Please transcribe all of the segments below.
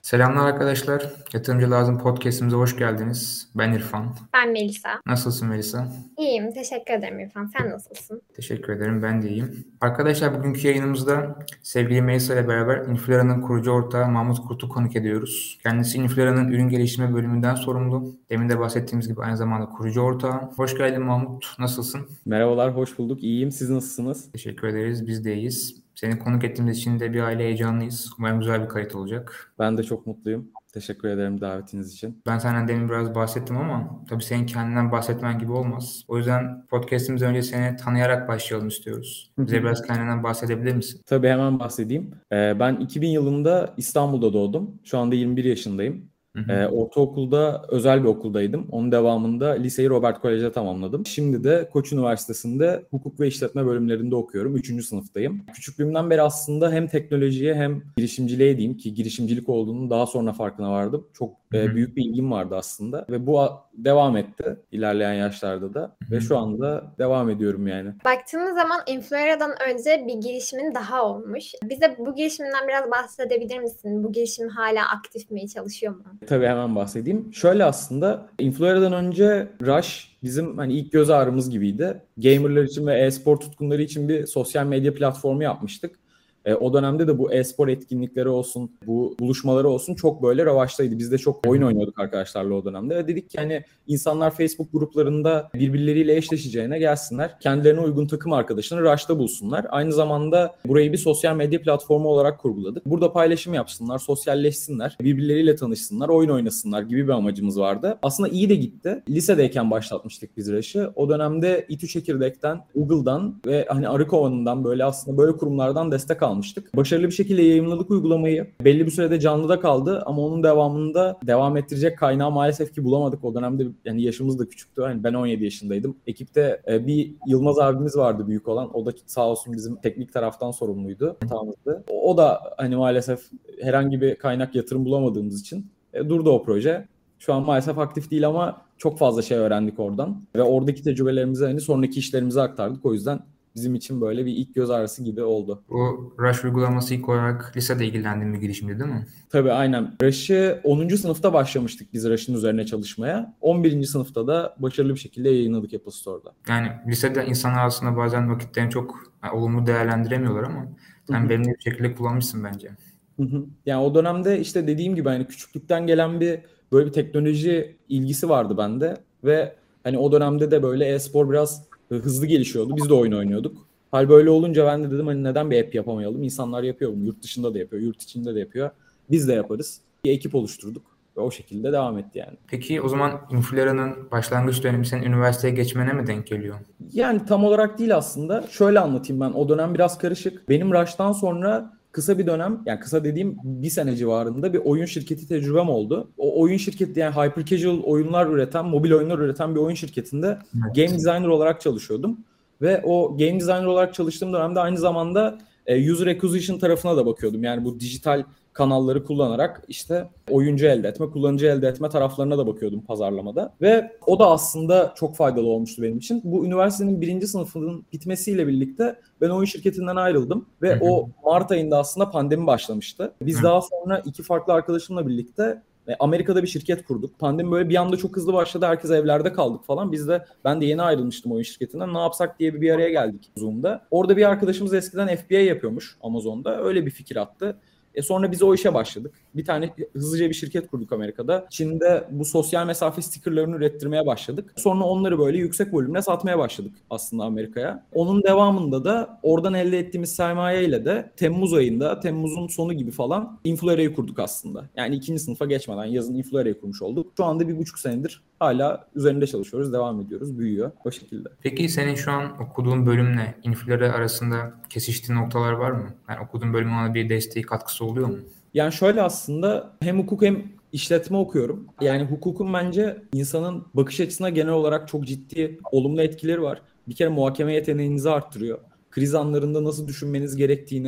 Selamlar arkadaşlar. Yatırımcı Lazım podcast'imize hoş geldiniz. Ben İrfan. Ben Melisa. Nasılsın Melisa? İyiyim, teşekkür ederim İrfan. Sen nasılsın? Teşekkür ederim. Ben de iyiyim. Arkadaşlar bugünkü yayınımızda sevgili Melisa ile beraber Influera'nın kurucu ortağı Mahmut Kurt'u konuk ediyoruz. Kendisi Influera'nın ürün geliştirme bölümünden sorumlu. Demin de bahsettiğimiz gibi aynı zamanda kurucu ortağı. Hoş geldin Mahmut. Nasılsın? Merhabalar, hoş bulduk. İyiyim. Siz nasılsınız? Teşekkür ederiz. Biz de iyiyiz. Seni konuk ettiğimiz için de bir aile heyecanlıyız. Umarım güzel bir kayıt olacak. Ben de çok mutluyum. Teşekkür ederim davetiniz için. Ben senden demin biraz bahsettim ama tabii senin kendinden bahsetmen gibi olmaz. O yüzden podcast'imize önce seni tanıyarak başlayalım istiyoruz. Bize biraz kendinden bahsedebilir misin? Tabii hemen bahsedeyim. Ben 2000 yılında İstanbul'da doğdum. Şu anda 21 yaşındayım. Hı hı. Ortaokulda özel bir okuldaydım. Onun devamında liseyi Robert Kolej'e tamamladım. Şimdi de Koç Üniversitesi'nde hukuk ve işletme bölümlerinde okuyorum. 3. sınıftayım. Küçüklüğümden beri aslında hem teknolojiye hem girişimciliğe diyeyim ki girişimcilik olduğunun daha sonra farkına vardım. Çok Hı hı. büyük bir ilgim vardı aslında ve bu devam etti ilerleyen yaşlarda da Hı ve hı. şu anda devam ediyorum yani. Baktığımız zaman Influera'dan önce bir girişimin daha olmuş. Bize bu girişiminden biraz bahsedebilir misin? Bu girişim hala aktif mi, çalışıyor mu? Tabii hemen bahsedeyim. Şöyle aslında Influera'dan önce Rush bizim hani ilk göz ağrımız gibiydi. Gamerlar için ve e-spor tutkunları için bir sosyal medya platformu yapmıştık. O dönemde de bu e-spor etkinlikleri olsun, bu buluşmaları olsun çok böyle revaçtaydı. Biz de çok oyun oynuyorduk arkadaşlarla o dönemde. Ve dedik ki hani insanlar Facebook gruplarında birbirleriyle eşleşeceğine gelsinler. Kendilerine uygun takım arkadaşını Rush'ta bulsunlar. Aynı zamanda burayı bir sosyal medya platformu olarak kurguladık. Burada paylaşım yapsınlar, sosyalleşsinler, birbirleriyle tanışsınlar, oyun oynasınlar gibi bir amacımız vardı. Aslında iyi de gitti. Lisedeyken başlatmıştık biz Rush'ı. O dönemde İTÜ Çekirdek'ten, Google'dan ve hani Arıkovan'dan böyle aslında böyle kurumlardan destek almıştık. Başarılı bir şekilde yayınladık uygulamayı. Belli bir sürede canlıda kaldı ama onun devamında devam ettirecek kaynağı maalesef ki bulamadık. O dönemde yani yaşımız da küçüktü. Hani ben 17 yaşındaydım. Ekipte bir Yılmaz abimiz vardı büyük olan. O da sağ olsun bizim teknik taraftan sorumluydu. Tamamdı. O da hani maalesef herhangi bir kaynak yatırım bulamadığımız için durdu o proje. Şu an maalesef aktif değil ama çok fazla şey öğrendik oradan. Ve oradaki tecrübelerimizi hani sonraki işlerimize aktardık. O yüzden bizim için böyle bir ilk göz ağrısı gibi oldu. Bu Rush uygulaması ilk olarak lisede ilgilendiğin bir girişimdi değil mi? Tabii aynen. Rush'ı 10. sınıfta başlamıştık biz Rush'ın üzerine çalışmaya. 11. sınıfta da başarılı bir şekilde yayınladık Apple Store'da. Yani lisede insanlar aslında bazen vakitlerini çok olumlu değerlendiremiyorlar ama sen verimli bir şekilde kullanmışsın bence. Yani o dönemde işte dediğim gibi hani küçüklükten gelen bir böyle bir teknoloji ilgisi vardı bende ve hani o dönemde de böyle e-spor biraz hızlı gelişiyordu. Biz de oyun oynuyorduk. Hal böyle olunca ben de dedim hani neden bir app yapamayalım? İnsanlar yapıyor bunu. Yurt dışında da yapıyor, yurt içinde de yapıyor. Biz de yaparız. Bir ekip oluşturduk ve o şekilde devam etti yani. Peki o zaman Influera'nın başlangıç dönemi senin üniversiteye geçmene mi denk geliyor? Yani tam olarak değil aslında. Şöyle anlatayım ben. O dönem biraz karışık. Benim Rush'tan sonra kısa bir dönem, yani kısa dediğim bir sene civarında bir oyun şirketi tecrübem oldu. O oyun şirketi yani hyper casual oyunlar üreten, mobil oyunlar üreten bir oyun şirketinde game Evet. designer olarak çalışıyordum. Ve o game designer olarak çalıştığım dönemde aynı zamanda user acquisition tarafına da bakıyordum. Yani bu dijital kanalları kullanarak işte oyuncu elde etme, kullanıcı elde etme taraflarına da bakıyordum pazarlamada. Ve o da aslında çok faydalı olmuştu benim için. Bu üniversitenin 1. sınıfının bitmesiyle birlikte ben oyun şirketinden ayrıldım. Hı Ve hı. o Mart ayında aslında pandemi başlamıştı. Biz Evet. daha sonra iki farklı arkadaşımla birlikte Amerika'da bir şirket kurduk. Pandemi böyle bir anda çok hızlı başladı. Herkes evlerde kaldık falan. Ben de yeni ayrılmıştım oyun şirketinden. Ne yapsak diye bir araya geldik Zoom'da. Orada bir arkadaşımız eskiden FBA yapıyormuş Amazon'da. Öyle bir fikir attı. Sonra biz o işe başladık. Bir tane hızlıca bir şirket kurduk Amerika'da. Çin'de bu sosyal mesafe stickerlarını ürettirmeye başladık. Sonra onları böyle yüksek volümle satmaya başladık aslında Amerika'ya. Onun devamında da oradan elde ettiğimiz sermaye ile de Temmuz ayında, Temmuz'un sonu gibi falan Influera'yı kurduk aslında. Yani 2. sınıfa geçmeden yazın Influera'yı kurmuş olduk. Şu anda 1,5 senedir hala üzerinde çalışıyoruz, devam ediyoruz, büyüyor o şekilde. Peki senin şu an okuduğun bölümle Influera arasında kesiştiğin noktalar var mı? Yani okuduğun bölümün ona bir desteği, katkısı oluyor mu? Yani şöyle aslında hem hukuk hem işletme okuyorum. Yani hukukun bence insanın bakış açısına genel olarak çok ciddi olumlu etkileri var. Bir kere muhakeme yeteneğinizi arttırıyor. Kriz anlarında nasıl düşünmeniz gerektiğini,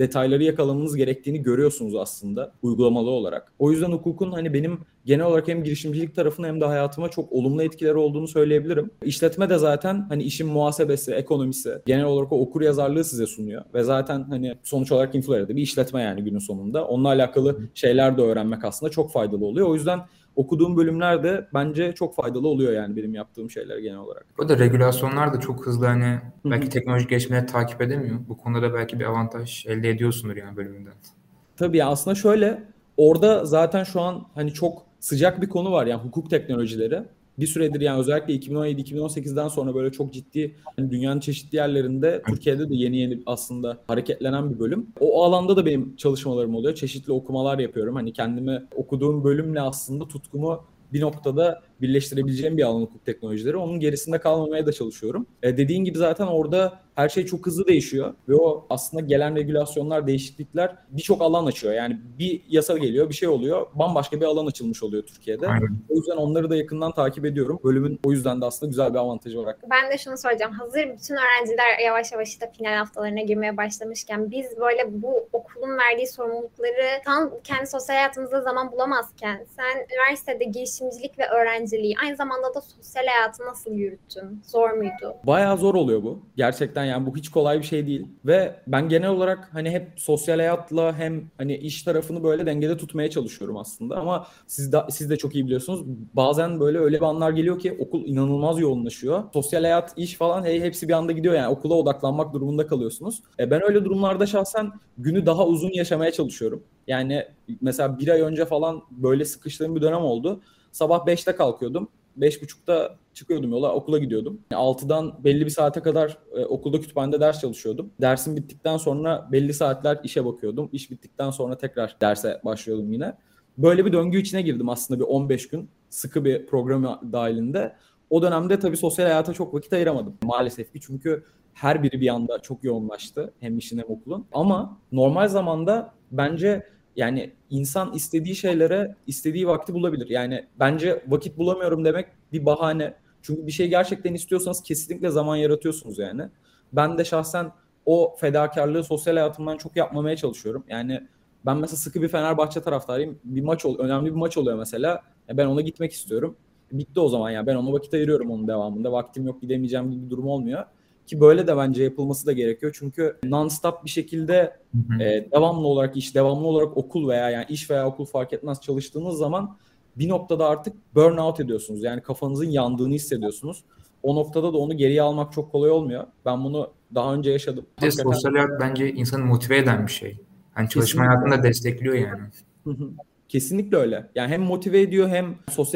detayları yakalamanız gerektiğini görüyorsunuz aslında uygulamalı olarak. O yüzden hukukun hani benim genel olarak hem girişimcilik tarafına hem de hayatıma çok olumlu etkileri olduğunu söyleyebilirim. İşletme de zaten hani işin muhasebesi, ekonomisi, genel olarak o okur yazarlığı size sunuyor. Ve zaten hani sonuç olarak Influera'da bir işletme yani günün sonunda. Onunla alakalı şeyler de öğrenmek aslında çok faydalı oluyor. O yüzden okuduğum bölümler de bence çok faydalı oluyor yani benim yaptığım şeyler genel olarak. Bu da regülasyonlar da çok hızlı, hani belki teknolojik gelişmeleri takip edemiyor. Bu konuda da belki bir avantaj elde ediyorsundur yani bölümünden. Tabii ya aslında şöyle, orada zaten şu an hani çok sıcak bir konu var yani hukuk teknolojileri. Bir süredir yani özellikle 2017-2018'den sonra böyle çok ciddi hani dünyanın çeşitli yerlerinde, Türkiye'de de yeni yeni aslında hareketlenen bir bölüm. O alanda da benim çalışmalarım oluyor. Çeşitli okumalar yapıyorum. Hani kendimi okuduğum bölümle aslında tutkumu bir noktada birleştirebileceğim bir alan hukuk teknolojileri. Onun gerisinde kalmamaya da çalışıyorum. Dediğin gibi zaten orada her şey çok hızlı değişiyor ve o aslında gelen regülasyonlar, değişiklikler birçok alan açıyor. Yani bir yasa geliyor, bir şey oluyor, bambaşka bir alan açılmış oluyor Türkiye'de. Aynen. O yüzden onları da yakından takip ediyorum. Bölümün o yüzden de aslında güzel bir avantajı olarak. Ben de şunu soracağım. Hazır bütün öğrenciler yavaş yavaş işte final haftalarına girmeye başlamışken biz böyle bu okulun verdiği sorumlulukları tam kendi sosyal hayatımızda zaman bulamazken sen üniversitede girişimcilik ve öğrenciliği aynı zamanda da sosyal hayatı nasıl yürüttün? Zor muydu? Bayağı zor oluyor bu. Gerçekten yani bu hiç kolay bir şey değil. Ve ben genel olarak hani hep sosyal hayatla hem hani iş tarafını böyle dengede tutmaya çalışıyorum aslında. Ama siz de çok iyi biliyorsunuz. Bazen böyle öyle bir anlar geliyor ki okul inanılmaz yoğunlaşıyor. Sosyal hayat, iş falan hepsi bir anda gidiyor yani. Okula odaklanmak durumunda kalıyorsunuz. Ben öyle durumlarda şahsen günü daha uzun yaşamaya çalışıyorum. Yani mesela bir ay önce falan böyle sıkıştığım bir dönem oldu. Sabah 5'te kalkıyordum. 5.30'da çıkıyordum yola, okula gidiyordum. 6'dan belli bir saate kadar okulda kütüphanede ders çalışıyordum. Dersim bittikten sonra belli saatler işe bakıyordum. İş bittikten sonra tekrar derse başlıyordum yine. Böyle bir döngü içine girdim aslında bir 15 gün sıkı bir program dahilinde. O dönemde tabii sosyal hayata çok vakit ayıramadım maalesef ki çünkü her biri bir anda çok yoğunlaştı hem işin hem okulun. Ama normal zamanda bence yani insan istediği şeylere istediği vakti bulabilir. Yani bence vakit bulamıyorum demek bir bahane. Çünkü bir şey gerçekten istiyorsanız kesinlikle zaman yaratıyorsunuz yani. Ben de şahsen o fedakarlığı sosyal hayatımdan çok yapmamaya çalışıyorum. Yani ben mesela sıkı bir Fenerbahçe taraftarıyım. Önemli bir maç oluyor mesela. Ben ona gitmek istiyorum. Bitti o zaman ya. Ben ona vakit ayırıyorum onun devamında. Vaktim yok, gidemeyeceğim gibi bir durum olmuyor. Ki böyle de bence yapılması da gerekiyor. Çünkü non-stop bir şekilde devamlı olarak iş, devamlı olarak okul veya yani iş veya okul fark etmez çalıştığınız zaman bir noktada artık burnout ediyorsunuz. Yani kafanızın yandığını hissediyorsunuz. O noktada da onu geriye almak çok kolay olmuyor. Ben bunu daha önce yaşadım. Bir de sosyal hayat bence insanı motive eden bir şey. Hani çalışma Kesinlikle. hayatını da destekliyor yani. Kesinlikle öyle. Yani hem motive ediyor hem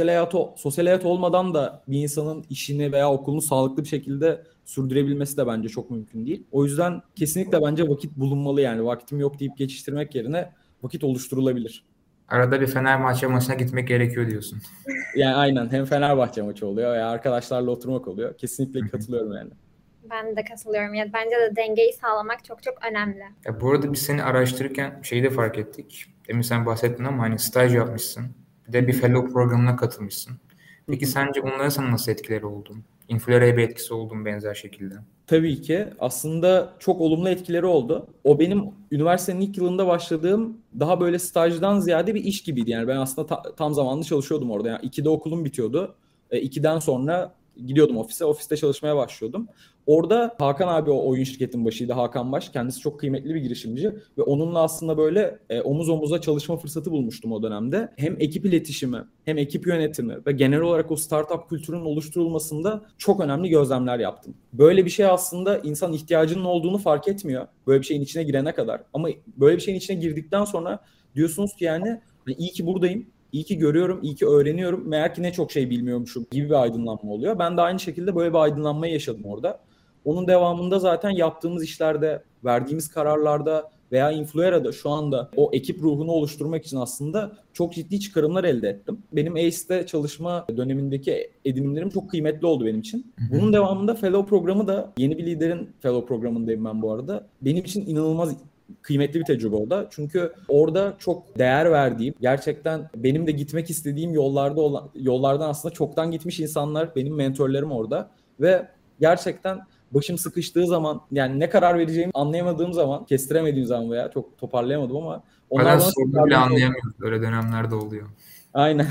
sosyal hayat olmadan da bir insanın işini veya okulunu sağlıklı bir şekilde sürdürebilmesi de bence çok mümkün değil. O yüzden kesinlikle bence vakit bulunmalı yani. Vaktim yok deyip geçiştirmek yerine vakit oluşturulabilir. Arada bir Fenerbahçe maçına gitmek gerekiyor diyorsun. Yani aynen hem Fenerbahçe maçı oluyor veya arkadaşlarla oturmak oluyor. Kesinlikle katılıyorum yani. Ben de katılıyorum. Ya bence de dengeyi sağlamak çok çok önemli. Ya bu arada biz seni araştırırken şeyi de fark ettik. Demin sen bahsettin ama hani staj yapmışsın. Bir de bir fellow programına katılmışsın. Peki sence onların sana nasıl etkileri oldu? Influera'ya bir etkisi oldu mu benzer şekilde? Tabii ki aslında çok olumlu etkileri oldu. O benim üniversitenin ilk yılında başladığım daha böyle stajdan ziyade bir iş gibiydi. Yani ben aslında tam zamanlı çalışıyordum orada. Yani 2'de okulum bitiyordu. 2'den sonra gidiyordum ofise. Ofiste çalışmaya başlıyordum. Orada Hakan abi o oyun şirketin başıydı. Hakan Baş. Kendisi çok kıymetli bir girişimci. Ve onunla aslında böyle omuz omuza çalışma fırsatı bulmuştum o dönemde. Hem ekip iletişimi, hem ekip yönetimi ve genel olarak o startup kültürünün oluşturulmasında çok önemli gözlemler yaptım. Böyle bir şey aslında insan ihtiyacının olduğunu fark etmiyor. Böyle bir şeyin içine girene kadar. Ama böyle bir şeyin içine girdikten sonra diyorsunuz ki yani iyi ki buradayım. İyi ki görüyorum, iyi ki öğreniyorum. Meğer ki ne çok şey bilmiyormuşum gibi bir aydınlanma oluyor. Ben de aynı şekilde böyle bir aydınlanmayı yaşadım orada. Onun devamında zaten yaptığımız işlerde, verdiğimiz kararlarda veya Influera'da şu anda o ekip ruhunu oluşturmak için aslında çok ciddi çıkarımlar elde ettim. Benim ACE'de çalışma dönemindeki edinimlerim çok kıymetli oldu benim için. Bunun devamında Fellow programı da yeni bir liderin Fellow programındayım ben bu arada. Benim için inanılmaz kıymetli bir tecrübe orada. Çünkü orada çok değer verdiğim, gerçekten benim de gitmek istediğim yollardan aslında çoktan gitmiş insanlar, benim mentorlarım orada ve gerçekten başım sıkıştığı zaman, yani ne karar vereceğimi anlayamadığım zaman, kestiremediğim zaman veya çok toparlayamadım ama onlar Bazen bana çok sorunu bile yardımcı oldu. anlayamıyoruz. Öyle dönemlerde oluyor. Aynen.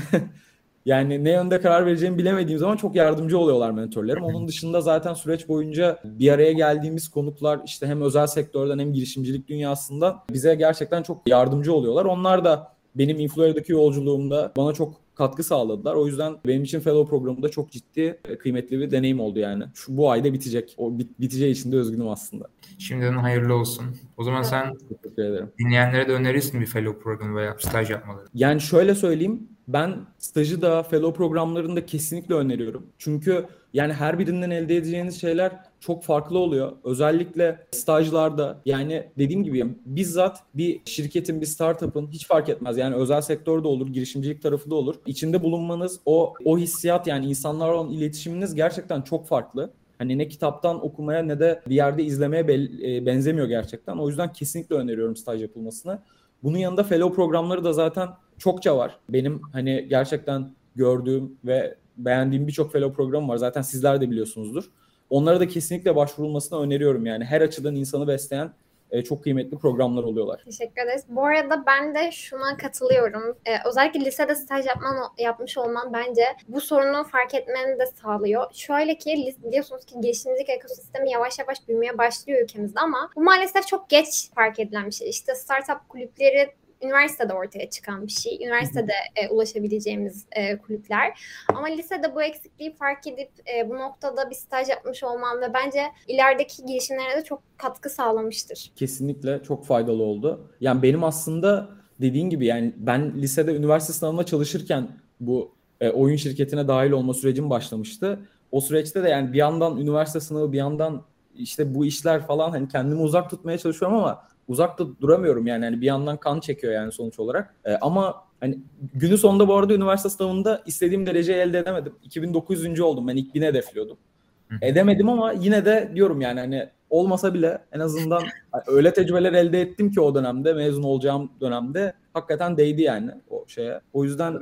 Yani ne yönde karar vereceğimi bilemediğim zaman çok yardımcı oluyorlar mentörlerim. Onun dışında zaten süreç boyunca bir araya geldiğimiz konuklar işte hem özel sektörden hem girişimcilik dünyasında bize gerçekten çok yardımcı oluyorlar. Onlar da benim Influera'daki yolculuğumda bana çok katkı sağladılar. O yüzden benim için Fellow programı da çok ciddi, kıymetli bir deneyim oldu yani. Bu ayda bitecek. O biteceği için de üzgünüm aslında. Şimdiden hayırlı olsun. O zaman sen Teşekkür ederim. dinleyenlere de önerirsin bir fellow programı veya staj yapmaları. Yani şöyle söyleyeyim, ben stajı da fellow programlarını da kesinlikle öneriyorum. Çünkü yani her birinden elde edeceğiniz şeyler çok farklı oluyor. Özellikle stajlarda, yani dediğim gibi bizzat bir şirketin, bir startup'ın, hiç fark etmez. Yani özel sektörde olur, girişimcilik tarafı da olur. İçinde bulunmanız, o hissiyat, yani insanlarla olan iletişiminiz gerçekten çok farklı. Hani ne kitaptan okumaya ne de bir yerde izlemeye benzemiyor gerçekten. O yüzden kesinlikle öneriyorum staj yapılmasını. Bunun yanında fellow programları da zaten çokça var. Benim hani gerçekten gördüğüm ve beğendiğim birçok fellow programı var. Zaten sizler de biliyorsunuzdur. Onlara da kesinlikle başvurulmasını öneriyorum yani. Her açıdan insanı besleyen çok kıymetli programlar oluyorlar. Teşekkür ederiz. Bu arada ben de şuna katılıyorum. Özellikle lisede staj yapmış olman bence bu sorunu fark etmeni de sağlıyor. Şöyle ki biliyorsunuz ki girişimcilik ekosistemi yavaş yavaş büyümeye başlıyor ülkemizde ama bu maalesef çok geç fark edilen bir şey. İşte startup kulüpleri üniversitede ortaya çıkan bir şey. Üniversitede ulaşabileceğimiz kulüpler. Ama lisede bu eksikliği fark edip bu noktada bir staj yapmış olman ve bence ilerideki girişimlere de çok katkı sağlamıştır. Kesinlikle çok faydalı oldu. Yani benim aslında dediğin gibi yani ben lisede üniversite sınavına çalışırken bu oyun şirketine dahil olma sürecim başlamıştı. O süreçte de yani bir yandan üniversite sınavı, bir yandan işte bu işler falan, hani kendimi uzak tutmaya çalışıyorum ama uzakta duramıyorum yani. Hani bir yandan kan çekiyor yani sonuç olarak. Ama hani günün sonunda bu arada üniversite sınavında istediğim dereceyi elde edemedim. 2900. oldum. Ben ilk 1000'i hedefliyordum. Edemedim ama yine de diyorum yani hani olmasa bile en azından öyle tecrübeler elde ettim ki o dönemde, mezun olacağım dönemde hakikaten değdi yani o şeye. O yüzden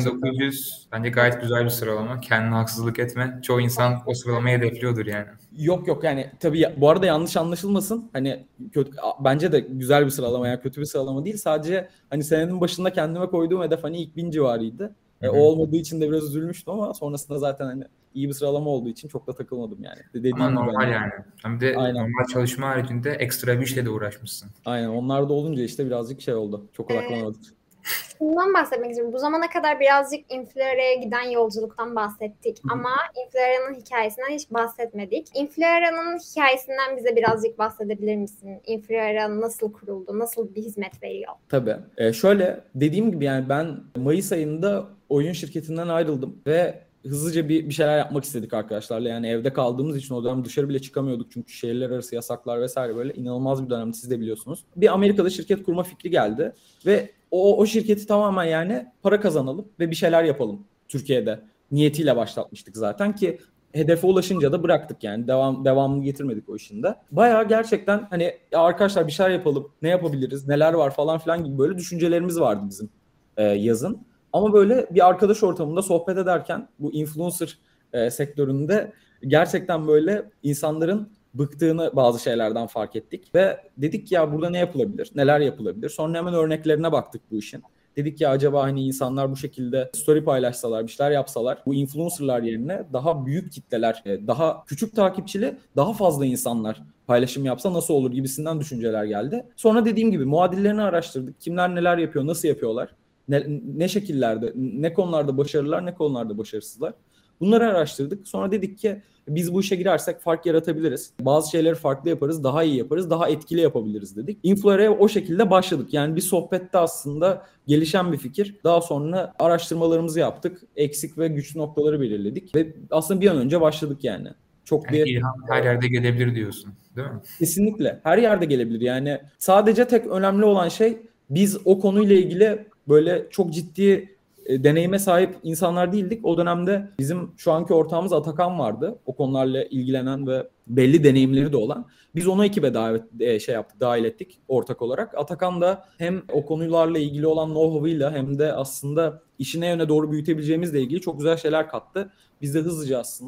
2900 bence gayet güzel bir sıralama. Kendine haksızlık etme. Çoğu insan o sıralamayı hedefliyordur yani. Yok yani tabii bu arada yanlış anlaşılmasın. Hani kötü, bence de güzel bir sıralama, yani kötü bir sıralama değil. Sadece hani senenin başında kendime koyduğum hedef hani ilk 1000 civarıydı. O olmadığı için de biraz üzülmüştüm ama sonrasında zaten hani iyi bir sıralama olduğu için çok da takılmadım yani. Dediğim Ama gibi normal yani. Hem de aynen. normal çalışma haricinde ekstra bir işle de uğraşmışsın. Aynen, onlar da olunca işte birazcık şey oldu. Çok odaklanamadık. Bundan bahsetmek istiyorum. Bu zamana kadar birazcık Influera'ya giden yolculuktan bahsettik ama Influera'nın hikayesinden hiç bahsetmedik. Influera'nın hikayesinden bize birazcık bahsedebilir misin? Influera nasıl kuruldu? Nasıl bir hizmet veriyor? Tabii. Şöyle dediğim gibi yani ben Mayıs ayında oyun şirketinden ayrıldım ve hızlıca bir şeyler yapmak istedik arkadaşlarla. Yani evde kaldığımız için o dönem dışarı bile çıkamıyorduk çünkü şehirler arası yasaklar vesaire, böyle inanılmaz bir dönemdi, siz de biliyorsunuz. Bir Amerika'da şirket kurma fikri geldi ve o şirketi tamamen yani para kazanalım ve bir şeyler yapalım Türkiye'de niyetiyle başlatmıştık zaten ki hedefe ulaşınca da bıraktık yani devamını getirmedik o işin de. Bayağı gerçekten hani ya arkadaşlar bir şeyler yapalım, ne yapabiliriz, neler var falan filan gibi böyle düşüncelerimiz vardı bizim yazın. Ama böyle bir arkadaş ortamında sohbet ederken bu influencer sektöründe gerçekten böyle insanların bıktığını bazı şeylerden fark ettik. Ve dedik ya burada ne yapılabilir, neler yapılabilir? Sonra hemen örneklerine baktık bu işin. Dedik ya acaba hani insanlar bu şekilde story paylaşsalar, bir şeyler yapsalar, bu influencerlar yerine daha büyük kitleler, daha küçük takipçili, daha fazla insanlar paylaşım yapsa nasıl olur gibisinden düşünceler geldi. Sonra dediğim gibi muadillerini araştırdık. Kimler neler yapıyor, nasıl yapıyorlar? Ne şekillerde, ne konularda başarılılar, ne konularda başarısızlar. Bunları araştırdık. Sonra dedik ki biz bu işe girersek fark yaratabiliriz. Bazı şeyleri farklı yaparız, daha iyi yaparız, daha etkili yapabiliriz dedik. Influera'ya o şekilde başladık. Yani bir sohbette aslında gelişen bir fikir. Daha sonra araştırmalarımızı yaptık. Eksik ve güçlü noktaları belirledik. Ve aslında bir an önce başladık yani. Çok Yani ilham her yerde gelebilir diyorsun, değil mi? Kesinlikle. Her yerde gelebilir. Yani sadece tek önemli olan şey biz o konuyla ilgili böyle çok ciddi deneyime sahip insanlar değildik. O dönemde bizim şu anki ortağımız Atakan vardı. O konularla ilgilenen ve belli deneyimleri de olan. Biz onu ekibe dahil ettik ortak olarak. Atakan da hem o konularla ilgili olan know-how'ıyla hem de aslında işi ne yöne doğru büyütebileceğimizle ilgili çok güzel şeyler kattı. Biz de hızlıca aslında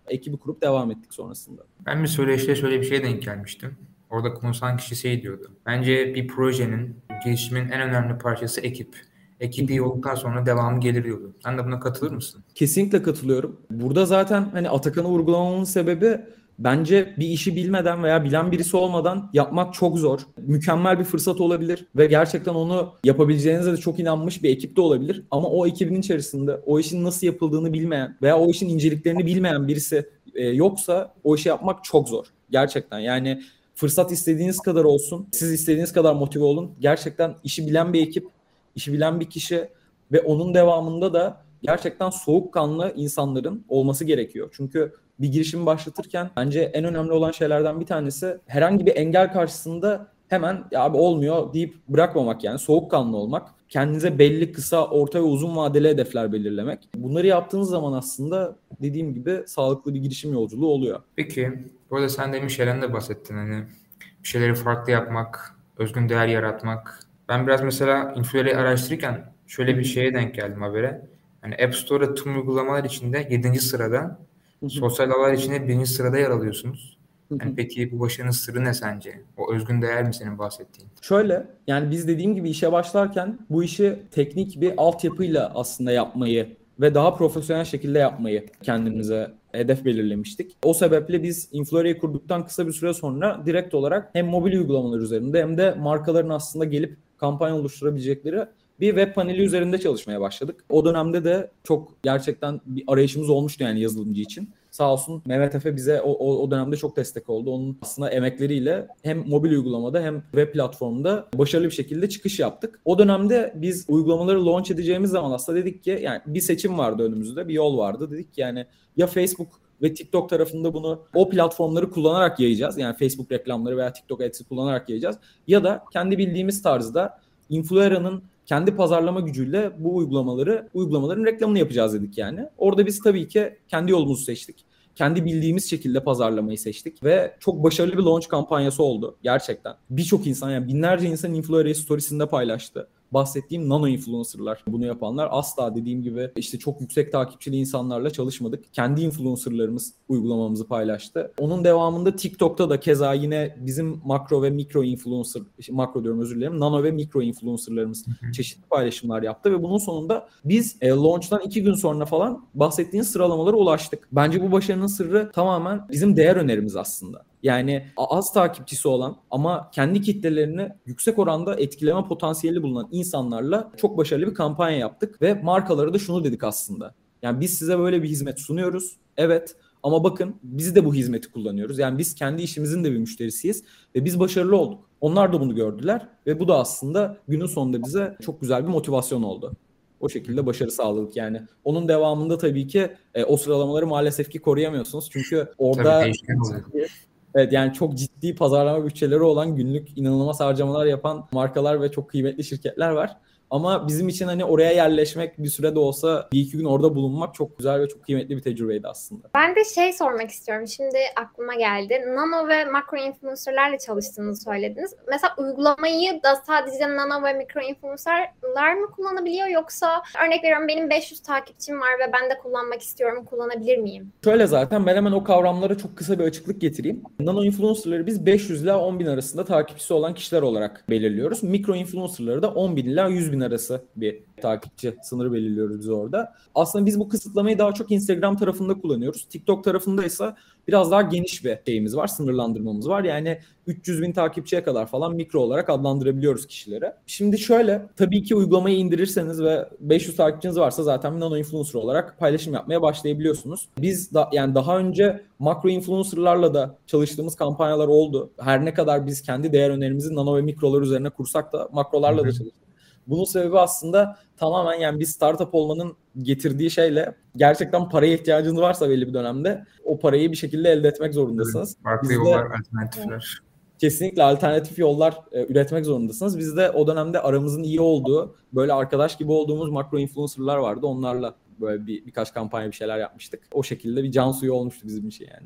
ekibi kurup devam ettik sonrasında. Ben bir söyleşide şöyle bir şeye denk gelmiştim. Orada konuşan kişi şey diyordu. Bence bir projenin, gelişimin en önemli parçası ekip. Ekip iyi olduktan sonra devamı gelir diyordu. Sen de buna katılır mısın? Kesinlikle katılıyorum. Burada zaten hani Atakan'ı vurgulamamın sebebi bence bir işi bilmeden veya bilen birisi olmadan yapmak çok zor. Mükemmel bir fırsat olabilir ve gerçekten onu yapabileceğinize de çok inanmış bir ekip de olabilir. Ama o ekibin içerisinde o işin nasıl yapıldığını bilmeyen veya o işin inceliklerini bilmeyen birisi yoksa o işi yapmak çok zor. Gerçekten yani fırsat istediğiniz kadar olsun, siz istediğiniz kadar motive olun. Gerçekten işi bilen bir ekip, işi bilen bir kişi ve onun devamında da gerçekten soğukkanlı insanların olması gerekiyor. Çünkü bir girişimi başlatırken bence en önemli olan şeylerden bir tanesi herhangi bir engel karşısında hemen ya abi olmuyor deyip bırakmamak, yani soğukkanlı olmak. Kendinize belli kısa, orta ve uzun vadeli hedefler belirlemek. Bunları yaptığınız zaman aslında dediğim gibi sağlıklı bir girişim yolculuğu oluyor. Peki, burada sen demin şeyden de bahsettin. Hani bir şeyleri farklı yapmak, özgün değer yaratmak. Ben biraz mesela Influe'yi araştırırken şöyle bir şeye denk geldim, habere. Hani App Store'da tüm uygulamalar içinde 7. sırada, sosyal ağlar içinde 1. sırada yer alıyorsunuz. Yani peki bu başarının sırrı ne sence? O özgün değer mi senin bahsettiğin? Şöyle, yani biz dediğim gibi işe başlarken bu işi teknik bir altyapıyla aslında yapmayı ve daha profesyonel şekilde yapmayı kendimize hedef belirlemiştik. O sebeple biz Influery'i kurduktan kısa bir süre sonra direkt olarak hem mobil uygulamalar üzerinde hem de markaların aslında gelip kampanya oluşturabilecekleri bir web paneli üzerinde çalışmaya başladık. O dönemde de çok gerçekten bir arayışımız olmuştu yani yazılımcı için. Sağ olsun Mehmet Efe bize o dönemde çok destek oldu. Onun aslında emekleriyle hem mobil uygulamada hem web platformunda başarılı bir şekilde çıkış yaptık. O dönemde biz uygulamaları launch edeceğimiz zaman aslında dedik ki yani bir seçim vardı önümüzde, bir yol vardı. Dedik ki yani ya Facebook ve TikTok tarafında bunu o platformları kullanarak yayacağız. Yani Facebook reklamları veya TikTok Ads'i kullanarak yayacağız. Ya da kendi bildiğimiz tarzda Influera'nın kendi pazarlama gücüyle bu uygulamaların reklamını yapacağız dedik yani. Orada biz tabii ki kendi yolumuzu seçtik. Kendi bildiğimiz şekilde pazarlamayı seçtik ve çok başarılı bir launch kampanyası oldu gerçekten. Birçok insan, yani binlerce insan Influencer storiesinde paylaştı. Bahsettiğim nano influencerlar, bunu yapanlar. Asla dediğim gibi işte çok yüksek takipçili insanlarla çalışmadık. Kendi influencerlarımız uygulamamızı paylaştı. Onun devamında TikTok'ta da keza yine bizim makro ve mikro influencer, makro diyorum özür dilerim, nano ve mikro influencerlarımız çeşitli paylaşımlar yaptı ve bunun sonunda biz launch'tan 2 gün sonra falan bahsettiğiniz sıralamalara ulaştık. Bence bu başarının sırrı tamamen bizim değer önerimiz aslında. Yani az takipçisi olan ama kendi kitlelerini yüksek oranda etkileme potansiyeli bulunan insanlarla çok başarılı bir kampanya yaptık ve markalara da şunu dedik aslında. Yani biz size böyle bir hizmet sunuyoruz. Evet, ama bakın biz de bu hizmeti kullanıyoruz. Yani biz kendi işimizin de bir müşterisiyiz ve biz başarılı olduk. Onlar da bunu gördüler ve bu da aslında günün sonunda bize çok güzel bir motivasyon oldu. O şekilde başarı sağladık yani. Onun devamında tabii ki o sıralamaları maalesef ki koruyamıyorsunuz. Çünkü orada evet, yani çok ciddi pazarlama bütçeleri olan, günlük inanılmaz harcamalar yapan markalar ve çok kıymetli şirketler var. Ama bizim için hani oraya yerleşmek, bir süre de olsa bir iki gün orada bulunmak çok güzel ve çok kıymetli bir tecrübeydi aslında. Ben de sormak istiyorum. Şimdi aklıma geldi. Nano ve makro influencerlarla çalıştığınızı söylediniz. Mesela uygulamayı da sadece nano ve mikro influencerlar mı kullanabiliyor, yoksa örnek veriyorum benim 500 takipçim var ve ben de kullanmak istiyorum, kullanabilir miyim? Şöyle, zaten ben hemen o kavramlara çok kısa bir açıklık getireyim. Nano influencerları biz 500 ile 10 bin arasında takipçisi olan kişiler olarak belirliyoruz. Mikro influencerları da 10 bin ila 100 bin arası bir takipçi sınırı belirliyoruz biz orada. Aslında biz bu kısıtlamayı daha çok Instagram tarafında kullanıyoruz. TikTok tarafında ise biraz daha geniş bir şeyimiz var, sınırlandırmamız var. Yani 300 bin takipçiye kadar falan mikro olarak adlandırabiliyoruz kişilere. Şimdi şöyle, tabii ki uygulamayı indirirseniz ve 500 takipçiniz varsa zaten bir nano influencer olarak paylaşım yapmaya başlayabiliyorsunuz. Biz yani daha önce makro influencerlarla da çalıştığımız kampanyalar oldu. Her ne kadar biz kendi değer önerimizi nano ve mikrolar üzerine kursak da makrolarla da çalıştık. Bunun sebebi aslında tamamen yani bir startup olmanın getirdiği şeyle, gerçekten paraya ihtiyacınız varsa belli bir dönemde o parayı bir şekilde elde etmek zorundasınız. Farklı yollar, alternatifler. Kesinlikle alternatif yollar üretmek zorundasınız. Biz de o dönemde aramızın iyi olduğu, böyle arkadaş gibi olduğumuz makro influencerlar vardı. Onlarla böyle birkaç kampanya bir şeyler yapmıştık. O şekilde bir can suyu olmuştu bizim için yani.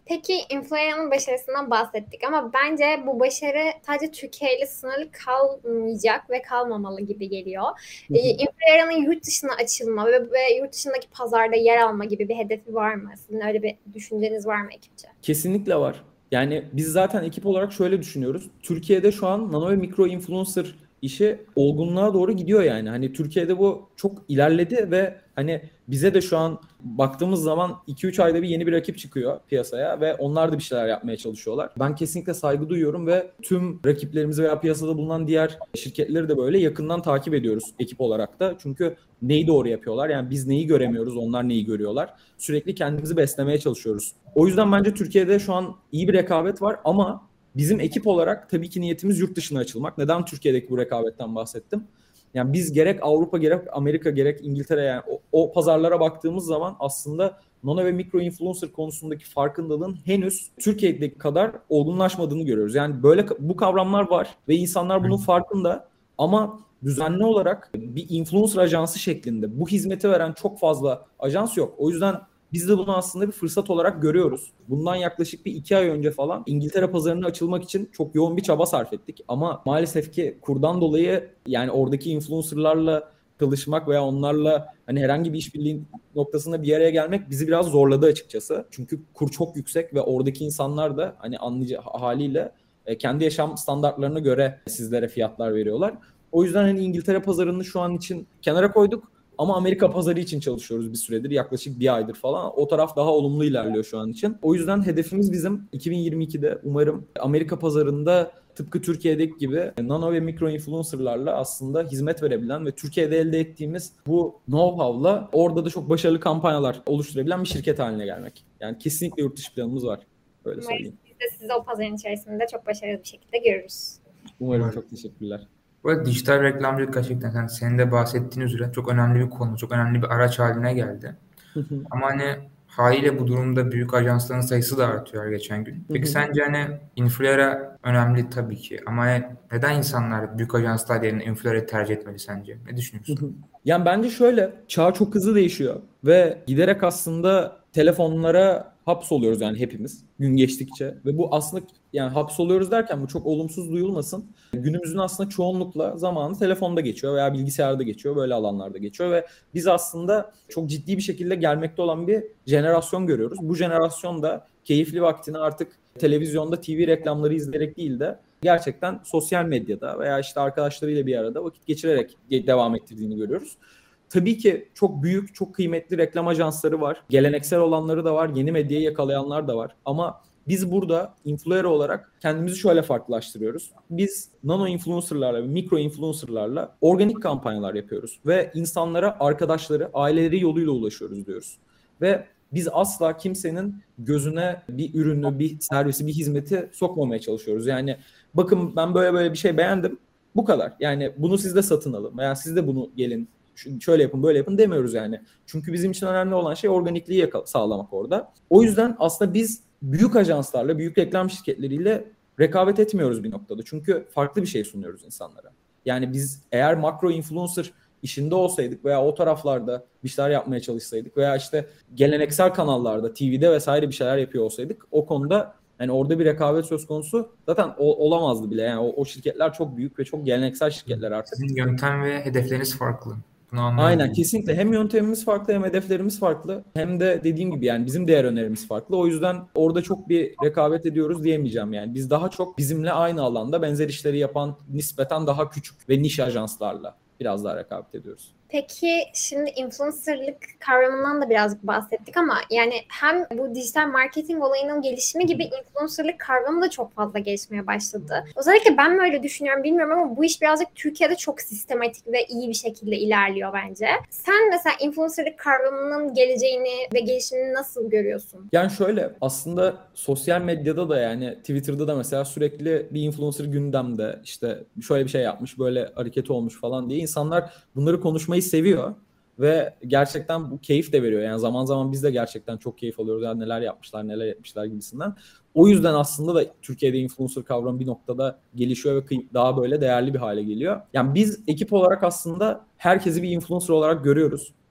Peki Influera'nın başarısından bahsettik ama bence bu başarı sadece Türkiye ile sınırlı kalmayacak ve kalmamalı gibi geliyor. Influera'nın yurt dışına açılma ve yurt dışındaki pazarda yer alma gibi bir hedefi var mı? Sizin öyle bir düşünceniz var mı ekipçe? Kesinlikle var. Yani biz zaten ekip olarak şöyle düşünüyoruz. Türkiye'de şu an nano ve mikro influencer işi olgunluğa doğru gidiyor yani. Hani Türkiye'de bu çok ilerledi ve hani bize de şu an baktığımız zaman 2-3 ayda bir yeni bir rakip çıkıyor piyasaya ve onlar da bir şeyler yapmaya çalışıyorlar. Ben kesinlikle saygı duyuyorum ve tüm rakiplerimizi veya piyasada bulunan diğer şirketleri de böyle yakından takip ediyoruz ekip olarak da. Çünkü neyi doğru yapıyorlar? Yani biz neyi göremiyoruz, onlar neyi görüyorlar? Sürekli kendimizi beslemeye çalışıyoruz. O yüzden bence Türkiye'de şu an iyi bir rekabet var ama bizim ekip olarak tabii ki niyetimiz yurt dışına açılmak. Neden Türkiye'deki bu rekabetten bahsettim? Yani biz gerek Avrupa, gerek Amerika, gerek İngiltere, yani o pazarlara baktığımız zaman aslında nano ve mikro influencer konusundaki farkındalığın henüz Türkiye'deki kadar olgunlaşmadığını görüyoruz. Yani böyle bu kavramlar var ve insanlar bunun farkında ama düzenli olarak bir influencer ajansı şeklinde bu hizmeti veren çok fazla ajans yok. O yüzden biz de bunu aslında bir fırsat olarak görüyoruz. Bundan yaklaşık bir 2 ay önce falan İngiltere pazarına açılmak için çok yoğun bir çaba sarf ettik. Ama maalesef ki kurdan dolayı yani oradaki influencerlarla çalışmak veya onlarla hani herhangi bir işbirliği noktasında bir araya gelmek bizi biraz zorladı açıkçası. Çünkü kur çok yüksek ve oradaki insanlar da hani anlayıcı haliyle kendi yaşam standartlarına göre sizlere fiyatlar veriyorlar. O yüzden hani İngiltere pazarını şu an için kenara koyduk. Ama Amerika pazarı için çalışıyoruz bir süredir. Yaklaşık bir aydır falan. O taraf daha olumlu ilerliyor şu an için. O yüzden hedefimiz bizim 2022'de umarım Amerika pazarında tıpkı Türkiye'deki gibi nano ve mikro influencerlarla aslında hizmet verebilen ve Türkiye'de elde ettiğimiz bu know-how'la orada da çok başarılı kampanyalar oluşturabilen bir şirket haline gelmek. Yani kesinlikle yurt dışı planımız var. Böyle söyleyeyim. Biz de sizi o pazarın içerisinde çok başarılı bir şekilde görürüz. Umarım. Çok teşekkürler. Bu arada dijital reklamcılık gerçekten senin de bahsettiğin üzere çok önemli bir konu, çok önemli bir araç haline geldi. Ama hani haliyle bu durumda büyük ajansların sayısı da artıyor her geçen gün. Peki sence hani Influera önemli tabii ki ama hani neden insanlar büyük ajanslar yerine Influera'yı tercih etmeli sence? Ne düşünüyorsun? Yani bence şöyle, çağ çok hızlı değişiyor ve giderek aslında telefonlara hapsoluyoruz yani hepimiz gün geçtikçe ve bu aslında yani hapsoluyoruz derken bu çok olumsuz duyulmasın. Günümüzün aslında çoğunlukla zamanı telefonda geçiyor veya bilgisayarda geçiyor, böyle alanlarda geçiyor ve biz aslında çok ciddi bir şekilde gelmekte olan bir jenerasyon görüyoruz. Bu jenerasyon da keyifli vaktini artık televizyonda TV reklamları izleyerek değil de gerçekten sosyal medyada veya işte arkadaşlarıyla bir arada vakit geçirerek devam ettirdiğini görüyoruz. Tabii ki çok büyük, çok kıymetli reklam ajansları var. Geleneksel olanları da var, yeni medyayı yakalayanlar da var. Ama biz burada influencer olarak kendimizi şöyle farklılaştırıyoruz. Biz nano influencerlarla ve mikro influencerlarla organik kampanyalar yapıyoruz. Ve insanlara arkadaşları, aileleri yoluyla ulaşıyoruz diyoruz. Ve biz asla kimsenin gözüne bir ürünü, bir servisi, bir hizmeti sokmamaya çalışıyoruz. Yani bakın ben böyle bir şey beğendim. Bu kadar. Yani bunu siz de satın alın veya siz de bunu gelin şöyle yapın böyle yapın demiyoruz yani. Çünkü bizim için önemli olan şey organikliği sağlamak orada. O yüzden aslında biz büyük ajanslarla, büyük reklam şirketleriyle rekabet etmiyoruz bir noktada. Çünkü farklı bir şey sunuyoruz insanlara. Yani biz eğer makro influencer işinde olsaydık veya o taraflarda bir şeyler yapmaya çalışsaydık veya işte geleneksel kanallarda, TV'de vesaire bir şeyler yapıyor olsaydık o konuda yani orada bir rekabet söz konusu zaten olamazdı bile. Yani o şirketler çok büyük ve çok geleneksel şirketler artık. Sizin yöntem ve hedefleriniz farklı. Aynen kesinlikle. Hem yöntemimiz farklı hem hedeflerimiz farklı. Hem de dediğim gibi yani bizim değer önerimiz farklı. O yüzden orada çok bir rekabet ediyoruz diyemeyeceğim yani. Biz daha çok bizimle aynı alanda benzer işleri yapan nispeten daha küçük ve niş ajanslarla biraz daha rekabet ediyoruz. Peki şimdi influencerlık kavramından da birazcık bahsettik ama yani hem bu dijital marketing olayının gelişimi gibi influencerlık kavramı da çok fazla gelişmeye başladı. Özellikle ben mi öyle düşünüyorum bilmiyorum ama bu iş birazcık Türkiye'de çok sistematik ve iyi bir şekilde ilerliyor bence. Sen mesela influencerlık kavramının geleceğini ve gelişimini nasıl görüyorsun? Yani şöyle aslında sosyal medyada da yani Twitter'da da mesela sürekli bir influencer gündemde işte şöyle bir şey yapmış böyle hareket olmuş falan diye insanlar bunları konuşmayı seviyor ve gerçekten bu keyif de veriyor. Yani zaman zaman biz de gerçekten çok keyif alıyoruz. Yani neler yapmışlar, neler etmişler gibisinden. O yüzden aslında da Türkiye'de influencer kavramı bir noktada gelişiyor ve daha böyle değerli bir hale geliyor. Yani biz ekip olarak aslında herkesi bir influencer olarak görüyoruz.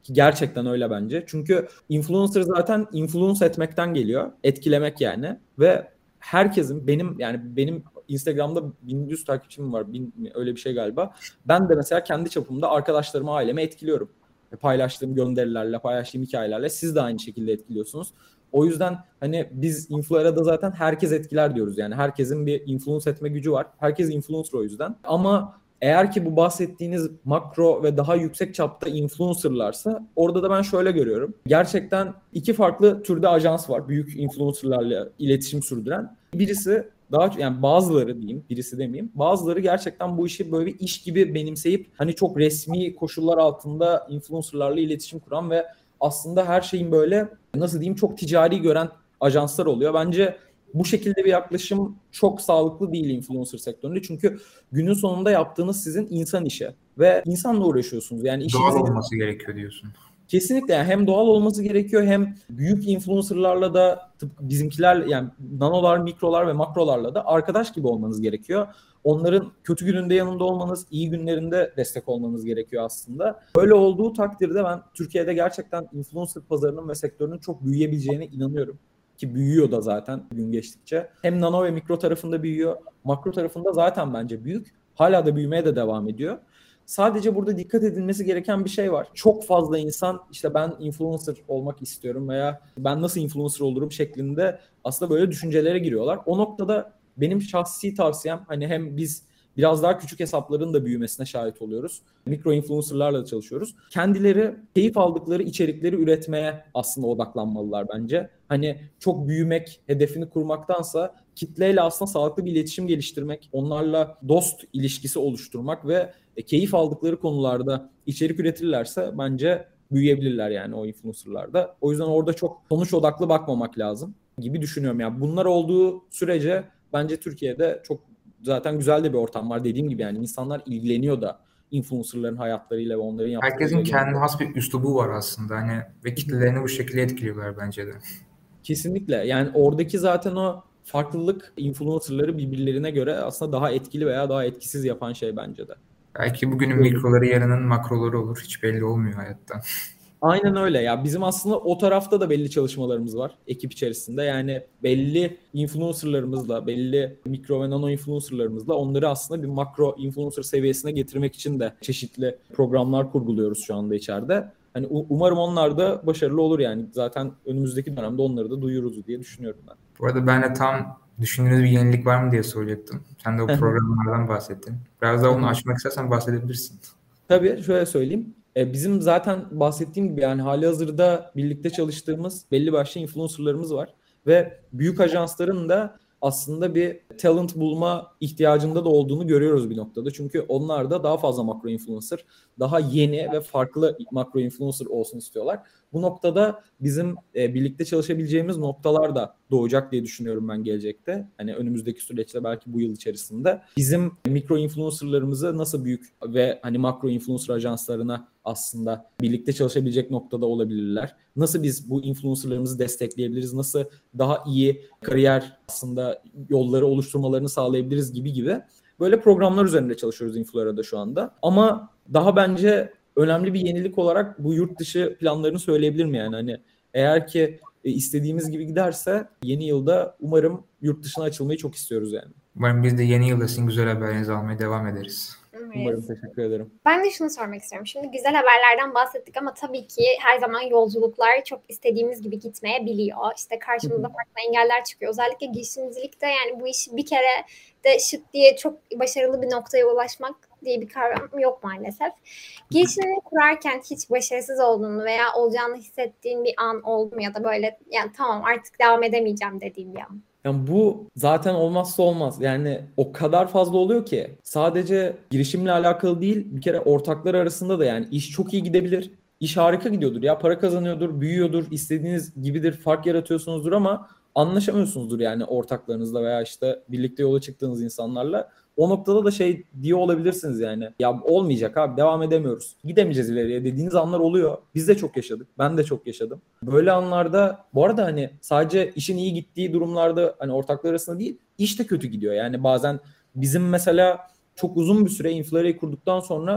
Ki gerçekten öyle bence. Çünkü influencer zaten influence etmekten geliyor. Etkilemek yani. Ve herkesin benim Instagram'da 1100 takipçim var. Öyle bir şey galiba. Ben de mesela kendi çapımda arkadaşlarımı, ailemi etkiliyorum. Paylaştığım gönderilerle, paylaştığım hikayelerle siz de aynı şekilde etkiliyorsunuz. O yüzden hani biz influencer'da zaten herkes etkiler diyoruz. Yani herkesin bir influence etme gücü var. Herkes influencer o yüzden. Ama eğer ki bu bahsettiğiniz makro ve daha yüksek çapta influencerlarsa orada da ben şöyle görüyorum. Gerçekten iki farklı türde ajans var. Büyük influencerlarla iletişim sürdüren. Birisi yani bazıları diyeyim, birisi demeyeyim. Bazıları gerçekten bu işi böyle bir iş gibi benimseyip hani çok resmi koşullar altında influencerlarla iletişim kuran ve aslında her şeyin böyle nasıl diyeyim çok ticari gören ajanslar oluyor. Bence bu şekilde bir yaklaşım çok sağlıklı değil influencer sektöründe. Çünkü günün sonunda yaptığınız sizin insan işi ve insanla uğraşıyorsunuz. Yani doğal olması gerekiyor diyorsun. Kesinlikle yani hem doğal olması gerekiyor hem büyük influencerlarla da bizimkiler yani nanolar, mikrolar ve makrolarla da arkadaş gibi olmanız gerekiyor. Onların kötü gününde yanında olmanız, iyi günlerinde destek olmanız gerekiyor aslında. Böyle olduğu takdirde ben Türkiye'de gerçekten influencer pazarının ve sektörünün çok büyüyebileceğine inanıyorum. Ki büyüyor da zaten gün geçtikçe. Hem nano ve mikro tarafında büyüyor, makro tarafında zaten bence büyük. Hala da büyümeye de devam ediyor. Sadece burada dikkat edilmesi gereken bir şey var. Çok fazla insan işte ben influencer olmak istiyorum veya ben nasıl influencer olurum şeklinde aslında böyle düşüncelere giriyorlar. O noktada benim şahsi tavsiyem hani hem biz biraz daha küçük hesapların da büyümesine şahit oluyoruz. Mikro influencerlarla da çalışıyoruz. Kendileri keyif aldıkları içerikleri üretmeye aslında odaklanmalılar bence. Hani çok büyümek, hedefini kurmaktansa kitleyle aslında sağlıklı bir iletişim geliştirmek, onlarla dost ilişkisi oluşturmak ve keyif aldıkları konularda içerik üretirlerse bence büyüyebilirler yani o influencerlarda. O yüzden orada çok sonuç odaklı bakmamak lazım gibi düşünüyorum. Yani bunlar olduğu sürece bence Türkiye'de çok zaten güzel de bir ortam var. Dediğim gibi yani insanlar ilgileniyor da influencerların hayatlarıyla ve onların yaptıkları. Herkesin kendine has bir üslubu var aslında hani ve kitlelerini bu şekilde etkiliyorlar bence de. Kesinlikle. Yani oradaki zaten o farklılık influencerları birbirlerine göre aslında daha etkili veya daha etkisiz yapan şey bence de. Belki bugünün mikroları yarının makroları olur. Hiç belli olmuyor hayatta. Aynen öyle ya. Bizim aslında o tarafta da belli çalışmalarımız var ekip içerisinde. Yani belli influencerlarımızla, belli mikro ve nano influencerlarımızla onları aslında bir makro influencer seviyesine getirmek için de çeşitli programlar kurguluyoruz şu anda içeride. Hani umarım onlar da başarılı olur yani. Zaten önümüzdeki dönemde onları da duyururuz diye düşünüyorum ben. Bu arada ben de tam düşündüğünüz bir yenilik var mı diye soracaktım. Sen de o programlardan bahsettin. Biraz daha onu açmak istersen bahsedebilirsin. Tabii şöyle söyleyeyim. Bizim zaten bahsettiğim gibi yani halihazırda birlikte çalıştığımız belli başlı influencerlarımız var. Ve büyük ajansların da aslında bir talent bulma ihtiyacında da olduğunu görüyoruz bir noktada. Çünkü onlar da daha fazla makro influencer, daha yeni ve farklı makro influencer olsun istiyorlar. Bu noktada bizim birlikte çalışabileceğimiz noktalar da doğacak diye düşünüyorum ben gelecekte. Hani önümüzdeki süreçte belki bu yıl içerisinde bizim mikro influencerlarımızı nasıl büyük ve hani makro influencer ajanslarına aslında birlikte çalışabilecek noktada olabilirler. Nasıl biz bu influencerlarımızı destekleyebiliriz? Nasıl daha iyi kariyer aslında yolları oluşturmalarını sağlayabiliriz gibi. Böyle programlar üzerinde çalışıyoruz Influera'da şu anda. Ama daha bence önemli bir yenilik olarak bu yurt dışı planlarını söyleyebilirim yani. Hani eğer ki istediğimiz gibi giderse yeni yılda umarım yurt dışına açılmayı çok istiyoruz yani. Umarım biz de yeni yılda sizin güzel haberlerinizi almaya devam ederiz. Umarım, teşekkür ederim. Ben de şunu sormak istiyorum. Şimdi güzel haberlerden bahsettik ama tabii ki her zaman yolculuklar çok istediğimiz gibi gitmeyebiliyor. İşte karşımıza farklı engeller çıkıyor. Özellikle girişimcilikte yani bu işi bir kere de şık diye çok başarılı bir noktaya ulaşmak diye bir kavram yok maalesef. Girişimini kurarken hiç başarısız olduğunu veya olacağını hissettiğin bir an oldu mu ya da böyle yani tamam artık devam edemeyeceğim dediğin bir an? Yani bu zaten olmazsa olmaz. Yani o kadar fazla oluyor ki sadece girişimle alakalı değil bir kere ortaklar arasında da yani iş çok iyi gidebilir. İş harika gidiyordur ya para kazanıyordur, büyüyordur, istediğiniz gibidir, fark yaratıyorsunuzdur ama anlaşamıyorsunuzdur yani ortaklarınızla veya işte birlikte yola çıktığınız insanlarla. O noktada da şey diye olabilirsiniz yani. Ya olmayacak abi devam edemiyoruz. Gidemeyeceğiz ileriye dediğiniz anlar oluyor. Biz de çok yaşadık. Ben de çok yaşadım. Böyle anlarda bu arada hani sadece işin iyi gittiği durumlarda hani ortaklar arasında değil iş de kötü gidiyor. Yani bazen bizim mesela çok uzun bir süre Influera'yı kurduktan sonra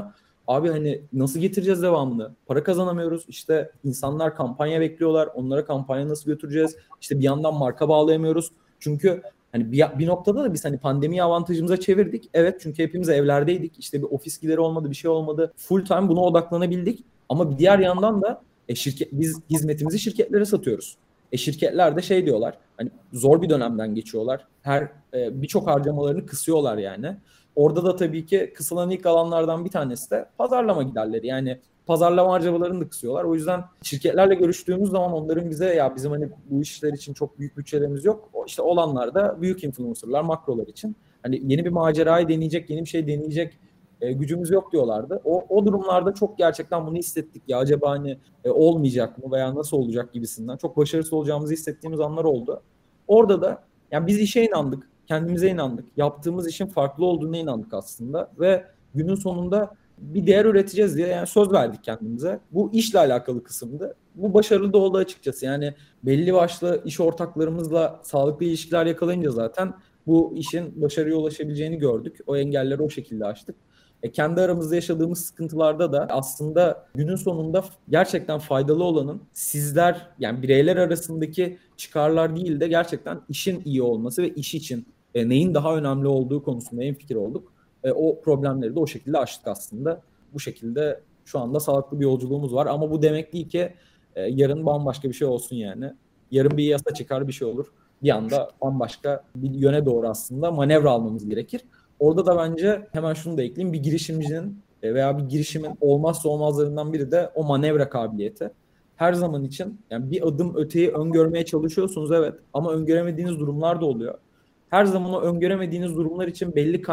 Abi hani nasıl getireceğiz devamını? Para kazanamıyoruz. İşte insanlar kampanya bekliyorlar. Onlara kampanya nasıl götüreceğiz? İşte bir yandan marka bağlayamıyoruz. Çünkü hani bir noktada da biz hani pandemiyi avantajımıza çevirdik. Evet, çünkü hepimiz evlerdeydik. İşte bir ofis gideri olmadı, bir şey olmadı. Full time buna odaklanabildik. Ama bir diğer yandan da biz hizmetimizi şirketlere satıyoruz. Şirketler de şey diyorlar. Hani zor bir dönemden geçiyorlar. Birçok harcamalarını kısıyorlar yani. Orada da tabii ki kısılan ilk alanlardan bir tanesi de pazarlama giderleri. Yani pazarlama harcamalarını da kısıyorlar. O yüzden şirketlerle görüştüğümüz zaman onların bize ya bizim hani bu işler için çok büyük bütçelerimiz yok. İşte olanlar da büyük influencerlar, makrolar için. Hani yeni bir macerayı deneyecek, yeni bir şey deneyecek gücümüz yok diyorlardı. O durumlarda çok gerçekten bunu hissettik ya, acaba hani olmayacak mı veya nasıl olacak gibisinden. Çok başarısız olacağımızı hissettiğimiz anlar oldu. Orada da yani biz işe inandık, kendimize inandık. Yaptığımız işin farklı olduğuna inandık aslında ve günün sonunda bir değer üreteceğiz diye yani söz verdik kendimize. Bu işle alakalı kısımdı. Bu başarılı da oldu açıkçası. Yani belli başlı iş ortaklarımızla sağlıklı ilişkiler yakalayınca zaten bu işin başarıya ulaşabileceğini gördük. O engelleri o şekilde aştık. Kendi aramızda yaşadığımız sıkıntılarda da aslında günün sonunda gerçekten faydalı olanın sizler yani bireyler arasındaki çıkarlar değil de gerçekten işin iyi olması ve iş için neyin daha önemli olduğu konusunda hemfikir olduk. O problemleri de o şekilde aştık aslında. Bu şekilde şu anda sağlıklı bir yolculuğumuz var ama bu demek değil ki yarın bambaşka bir şey olsun yani. Yarın bir yasa çıkar, bir şey olur. Bir anda bambaşka bir yöne doğru aslında manevra almamız gerekir. Orada da bence hemen şunu da ekleyeyim. Bir girişimcinin veya bir girişimin olmazsa olmazlarından biri de o manevra kabiliyeti. Her zaman için yani bir adım öteyi öngörmeye çalışıyorsunuz, evet, ama öngöremediğiniz durumlar da oluyor. Her zaman o öngöremediğiniz durumlar için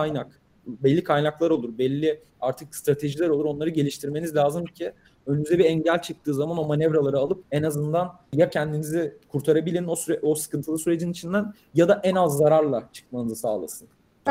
belli kaynaklar olur, belli artık stratejiler olur. Onları geliştirmeniz lazım ki önünüze bir engel çıktığı zaman o manevraları alıp en azından ya kendinizi kurtarabilin o sıkıntılı sürecin içinden ya da en az zararla çıkmanızı sağlasın.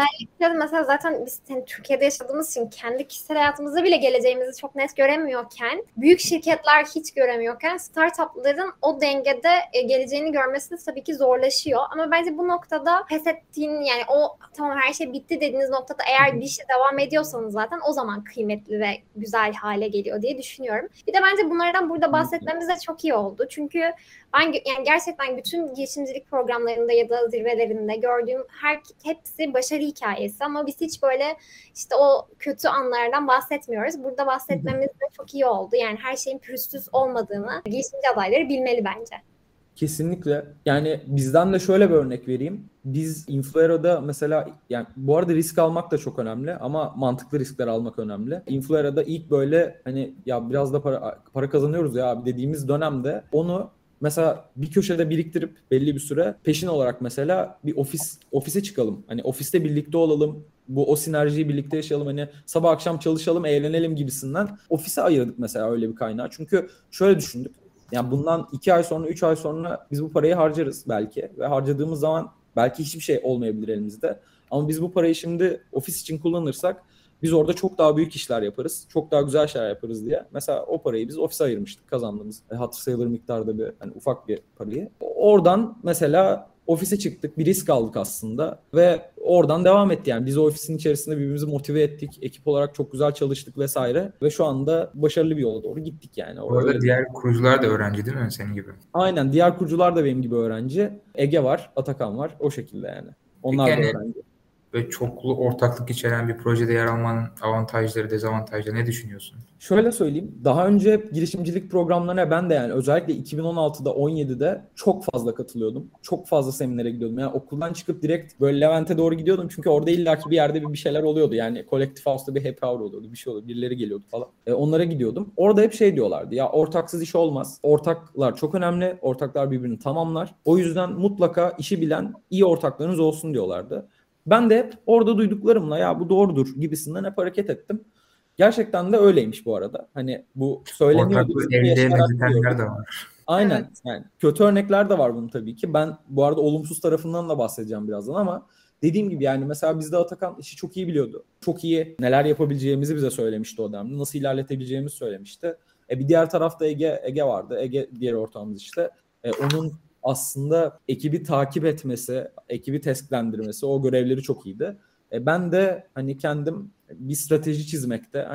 Mesela zaten biz Türkiye'de yaşadığımız için kendi kişisel hayatımızda bile geleceğimizi çok net göremiyorken, büyük şirketler hiç göremiyorken startupların o dengede geleceğini görmesi de tabii ki zorlaşıyor. Ama bence bu noktada pes ettiğin yani o tamam her şey bitti dediğiniz noktada eğer bir şey devam ediyorsanız zaten o zaman kıymetli ve güzel hale geliyor diye düşünüyorum. Bir de bence bunlardan burada bahsetmemiz de çok iyi oldu. Çünkü ben yani gerçekten bütün girişimcilik programlarında ya da zirvelerinde gördüğüm hepsi başarı hikayesi ama biz hiç böyle işte o kötü anlardan bahsetmiyoruz. Burada bahsetmemiz de çok iyi oldu. Yani her şeyin pürüzsüz olmadığını girişimci adayları bilmeli bence. Kesinlikle. Yani bizden de şöyle bir örnek vereyim. Biz Influera'da mesela yani bu arada risk almak da çok önemli ama mantıklı riskler almak önemli. Influera'da ilk böyle hani ya biraz da para kazanıyoruz ya abi dediğimiz dönemde onu mesela bir köşede biriktirip belli bir süre peşin olarak mesela bir ofise çıkalım. Hani ofiste birlikte olalım. O sinerjiyi birlikte yaşayalım. Hani sabah akşam çalışalım, eğlenelim gibisinden ofise ayırdık mesela öyle bir kaynağı. Çünkü şöyle düşündük. Yani bundan 2 ay sonra, 3 ay sonra biz bu parayı harcarız belki. Ve harcadığımız zaman belki hiçbir şey olmayabilir elimizde. Ama biz bu parayı şimdi ofis için kullanırsak biz orada çok daha büyük işler yaparız. Çok daha güzel şeyler yaparız diye. Mesela o parayı biz ofise ayırmıştık kazandığımız. Hatır sayılır miktarda bir hani ufak bir parayı. Oradan mesela ofise çıktık. Bir risk aldık aslında. Ve oradan devam etti. Yani biz o ofisin içerisinde birbirimizi motive ettik. Ekip olarak çok güzel çalıştık vesaire. Ve şu anda başarılı bir yola doğru gittik yani. Bu arada diğer kurucular da öğrenci değil mi senin gibi? Aynen. Diğer kurucular da benim gibi öğrenci. Ege var, Atakan var. O şekilde yani. Onlar da öğrenci. Ve çoklu ortaklık içeren bir projede yer almanın avantajları, dezavantajları ne düşünüyorsun? Şöyle söyleyeyim. Daha önce girişimcilik programlarına ben de yani özellikle 2016'da 17'de çok fazla katılıyordum. Çok fazla seminere gidiyordum. Yani okuldan çıkıp direkt böyle Levent'e doğru gidiyordum. Çünkü orada illaki bir yerde bir şeyler oluyordu. Yani Collective House'da bir happy hour oluyordu. Bir şey oluyordu. Birileri geliyordu falan. Onlara gidiyordum. Orada hep şey diyorlardı. Ya ortaksız iş olmaz. Ortaklar çok önemli. Ortaklar birbirini tamamlar. O yüzden mutlaka işi bilen iyi ortaklarınız olsun diyorlardı. Ben de hep orada duyduklarımla ya bu doğrudur gibisinden hep hareket ettim. Gerçekten de öyleymiş bu arada. Hani bu söyleniyordu. Ortaklığı elde edenler de var. Aynen. Evet. Yani kötü örnekler de var bunun tabii ki. Ben bu arada olumsuz tarafından da bahsedeceğim birazdan ama dediğim gibi yani mesela bizde Atakan işi çok iyi biliyordu. Çok iyi neler yapabileceğimizi bize söylemişti o dönemde. Nasıl ilerletebileceğimizi söylemişti. Bir diğer tarafta Ege vardı. Ege diğer ortağımız işte. Onun aslında ekibi takip etmesi, ekibi testlendirmesi, o görevleri çok iyiydi. Ben de hani kendim bir strateji çizmekte hani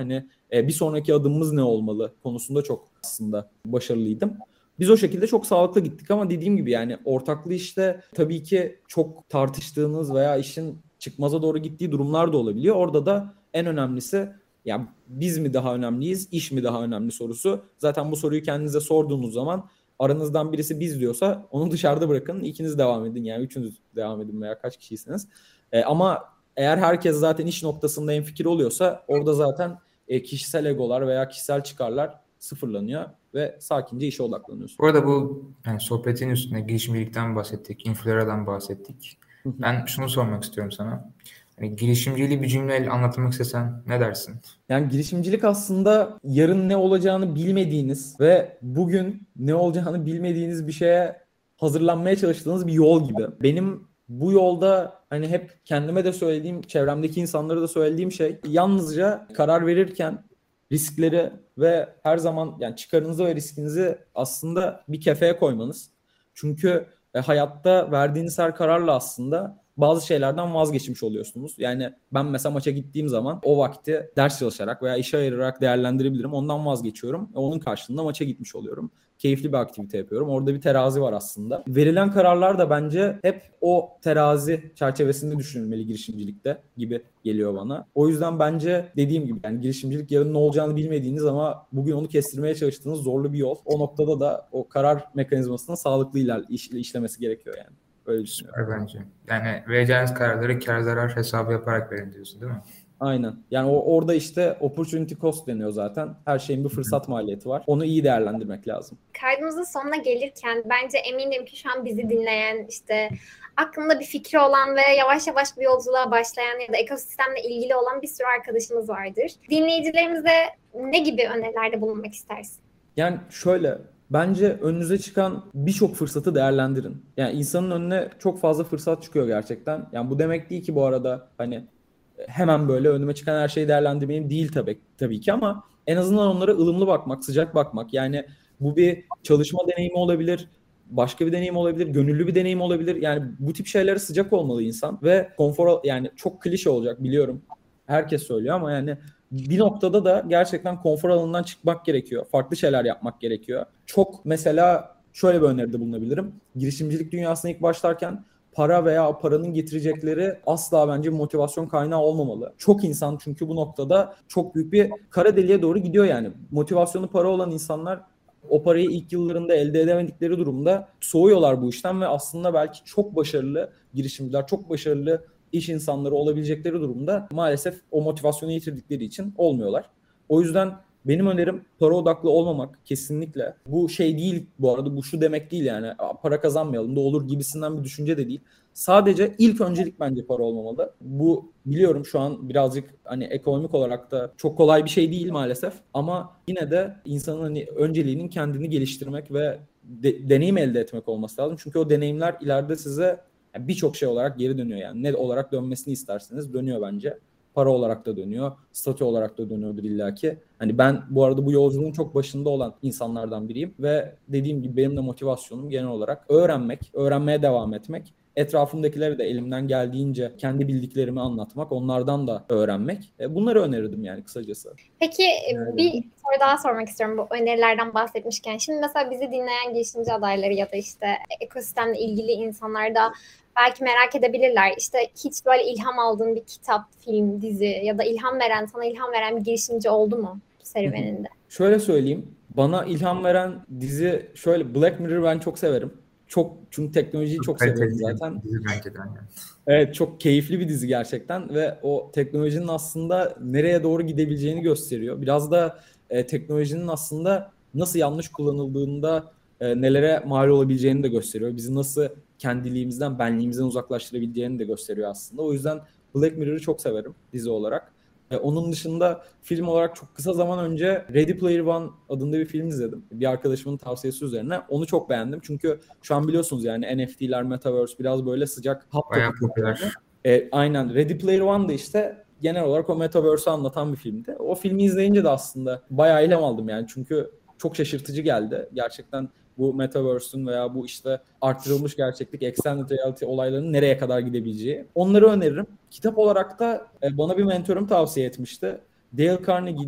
bir sonraki adımımız ne olmalı konusunda çok aslında başarılıydım. Biz o şekilde çok sağlıklı gittik ama dediğim gibi yani ortaklı işte tabii ki çok tartıştığınız veya işin çıkmaza doğru gittiği durumlar da olabiliyor. Orada da en önemlisi ya biz mi daha önemliyiz, iş mi daha önemli sorusu. Zaten bu soruyu kendinize sorduğunuz zaman aranızdan birisi biz diyorsa onu dışarıda bırakın. İkiniz devam edin yani üçünüz devam edin veya kaç kişiyseniz. Ama eğer herkes zaten iş noktasında hemfikir oluyorsa orada zaten kişisel egolar veya kişisel çıkarlar sıfırlanıyor ve sakince işe odaklanıyorsun. Bu arada bu yani sohbetin üstüne girişimcilikten bahsettik, influencer'dan bahsettik. Ben şunu sormak istiyorum sana. Hani girişimciliği bir cümleyle anlatmak istesen ne dersin? Yani girişimcilik aslında yarın ne olacağını bilmediğiniz ve bugün ne olacağını bilmediğiniz bir şeye hazırlanmaya çalıştığınız bir yol gibi. Benim bu yolda hani hep kendime de söylediğim, çevremdeki insanlara da söylediğim şey yalnızca karar verirken riskleri ve her zaman yani çıkarınızı ve riskinizi aslında bir kefeye koymanız. Çünkü hayatta verdiğiniz her kararla aslında bazı şeylerden vazgeçmiş oluyorsunuz. Yani ben mesela maça gittiğim zaman o vakti ders çalışarak veya işe ayırarak değerlendirebilirim. Ondan vazgeçiyorum. Onun karşılığında maça gitmiş oluyorum. Keyifli bir aktivite yapıyorum. Orada bir terazi var aslında. Verilen kararlar da bence hep o terazi çerçevesinde düşünülmeli girişimcilikte gibi geliyor bana. O yüzden bence dediğim gibi yani girişimcilik yarın ne olacağını bilmediğiniz ama bugün onu kestirmeye çalıştığınız zorlu bir yol. O noktada da o karar mekanizmasının sağlıklı işlemesi gerekiyor yani. Öyle düşünüyorum. Süper bence. Yani vereceğiniz kararları kar zarar hesabı yaparak verin diyorsun değil mi? Aynen. Yani orada işte opportunity cost deniyor zaten. Her şeyin bir fırsat maliyeti var. Onu iyi değerlendirmek lazım. Kaydımızın sonuna gelirken bence eminim ki şu an bizi dinleyen işte aklında bir fikri olan ve yavaş yavaş bir yolculuğa başlayan ya da ekosistemle ilgili olan bir sürü arkadaşımız vardır. Dinleyicilerimize ne gibi önerilerde bulunmak istersin? Yani şöyle, bence önünüze çıkan birçok fırsatı değerlendirin. Yani insanın önüne çok fazla fırsat çıkıyor gerçekten. Yani bu demek değil ki bu arada hani hemen böyle önüme çıkan her şeyi değerlendirmeyeyim değil tabii ki ama en azından onlara ılımlı bakmak, sıcak bakmak. Yani bu bir çalışma deneyimi olabilir, başka bir deneyim olabilir, gönüllü bir deneyim olabilir. Yani bu tip şeylere sıcak olmalı insan ve konfor yani çok klişe olacak biliyorum. Herkes söylüyor ama yani bir noktada da gerçekten konfor alanından çıkmak gerekiyor. Farklı şeyler yapmak gerekiyor. Çok mesela şöyle bir öneride bulunabilirim. Girişimcilik dünyasına ilk başlarken para veya paranın getirecekleri asla bence motivasyon kaynağı olmamalı. Çok insan çünkü bu noktada çok büyük bir kara deliğe doğru gidiyor yani. Motivasyonu para olan insanlar o parayı ilk yıllarında elde edemedikleri durumda soğuyorlar bu işten ve aslında belki çok başarılı girişimciler, çok başarılı iş insanları olabilecekleri durumda maalesef o motivasyonu yitirdikleri için olmuyorlar. O yüzden benim önerim para odaklı olmamak kesinlikle. Bu şey değil bu arada, bu şu demek değil yani para kazanmayalım da olur gibisinden bir düşünce de değil. Sadece ilk öncelik bence para olmamalı. Bu biliyorum şu an birazcık hani ekonomik olarak da çok kolay bir şey değil maalesef. Ama yine de insanın hani önceliğinin kendini geliştirmek ve deneyim elde etmek olması lazım. Çünkü o deneyimler ileride size birçok şey olarak geri dönüyor yani. Ne olarak dönmesini isterseniz dönüyor bence. Para olarak da dönüyor, statü olarak da dönüyordur illaki. Hani ben bu arada bu yolculuğun çok başında olan insanlardan biriyim ve dediğim gibi benim de motivasyonum genel olarak öğrenmek, öğrenmeye devam etmek. Etrafımdakilere de elimden geldiğince kendi bildiklerimi anlatmak, onlardan da öğrenmek. Bunları önerirdim yani kısacası. Peki bir soru daha sormak istiyorum bu önerilerden bahsetmişken. Şimdi mesela bizi dinleyen girişimci adayları ya da işte ekosistemle ilgili insanlar da belki merak edebilirler. İşte hiç böyle ilham aldığın bir kitap, film, dizi ya da sana ilham veren bir girişimci oldu mu serüveninde? Şöyle söyleyeyim. Bana ilham veren dizi şöyle Black Mirror ben çok severim. Çünkü teknolojiyi çok seviyorum zaten. Dizi bence de yani. Evet çok keyifli bir dizi gerçekten ve o teknolojinin aslında nereye doğru gidebileceğini gösteriyor. Biraz da teknolojinin aslında nasıl yanlış kullanıldığında nelere mal olabileceğini de gösteriyor. Bizi nasıl kendiliğimizden, benliğimizden uzaklaştırabileceğini de gösteriyor aslında. O yüzden Black Mirror'ı çok severim dizi olarak. Onun dışında film olarak çok kısa zaman önce Ready Player One adında bir film izledim. Bir arkadaşımın tavsiyesi üzerine. Onu çok beğendim. Çünkü şu an biliyorsunuz yani NFT'ler, Metaverse biraz böyle sıcak hot popüler. Aynen. Ready Player One da işte genel olarak o Metaverse'ü anlatan bir filmdi. O filmi izleyince de aslında bayağı ilham aldım yani. Çünkü çok şaşırtıcı geldi. Gerçekten bu Metaverse'ün veya bu işte artırılmış gerçeklik, extended reality olaylarının nereye kadar gidebileceği. Onları öneririm. Kitap olarak da bana bir mentorum tavsiye etmişti. Dale Carnegie'den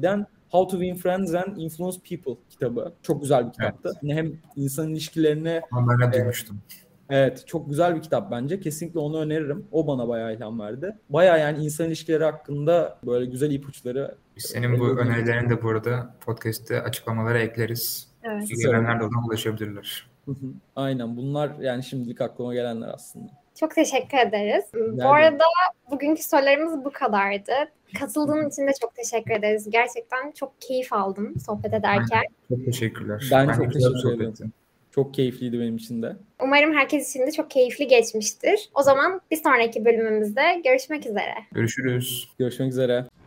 How to Win Friends and Influence People kitabı. Çok güzel bir kitaptı. Evet. Yine hem insan ilişkilerine Ama ben de duymuştum. evet, çok güzel bir kitap bence. Kesinlikle onu öneririm. O bana bayağı ilham verdi. Bayağı yani insan ilişkileri hakkında böyle güzel ipuçları Biz senin bu elde edebiliriz. önerilerini de burada podcast'te açıklamalara ekleriz. Evet. İlgilenenler de ona ulaşabilirler. Aynen, bunlar yani şimdilik aklıma gelenler aslında. Çok teşekkür ederiz. ederim. Bu arada bugünkü sorularımız bu kadardı. Katıldığın için de çok teşekkür ederiz. Gerçekten çok keyif aldım sohbet ederken. Çok teşekkürler. Ben Bence çok güzel bir teşekkür ederim. sohbetti. Çok keyifliydi benim için de. Umarım herkes için de çok keyifli geçmiştir. O zaman bir sonraki bölümümüzde görüşmek üzere. Görüşürüz. Görüşmek üzere.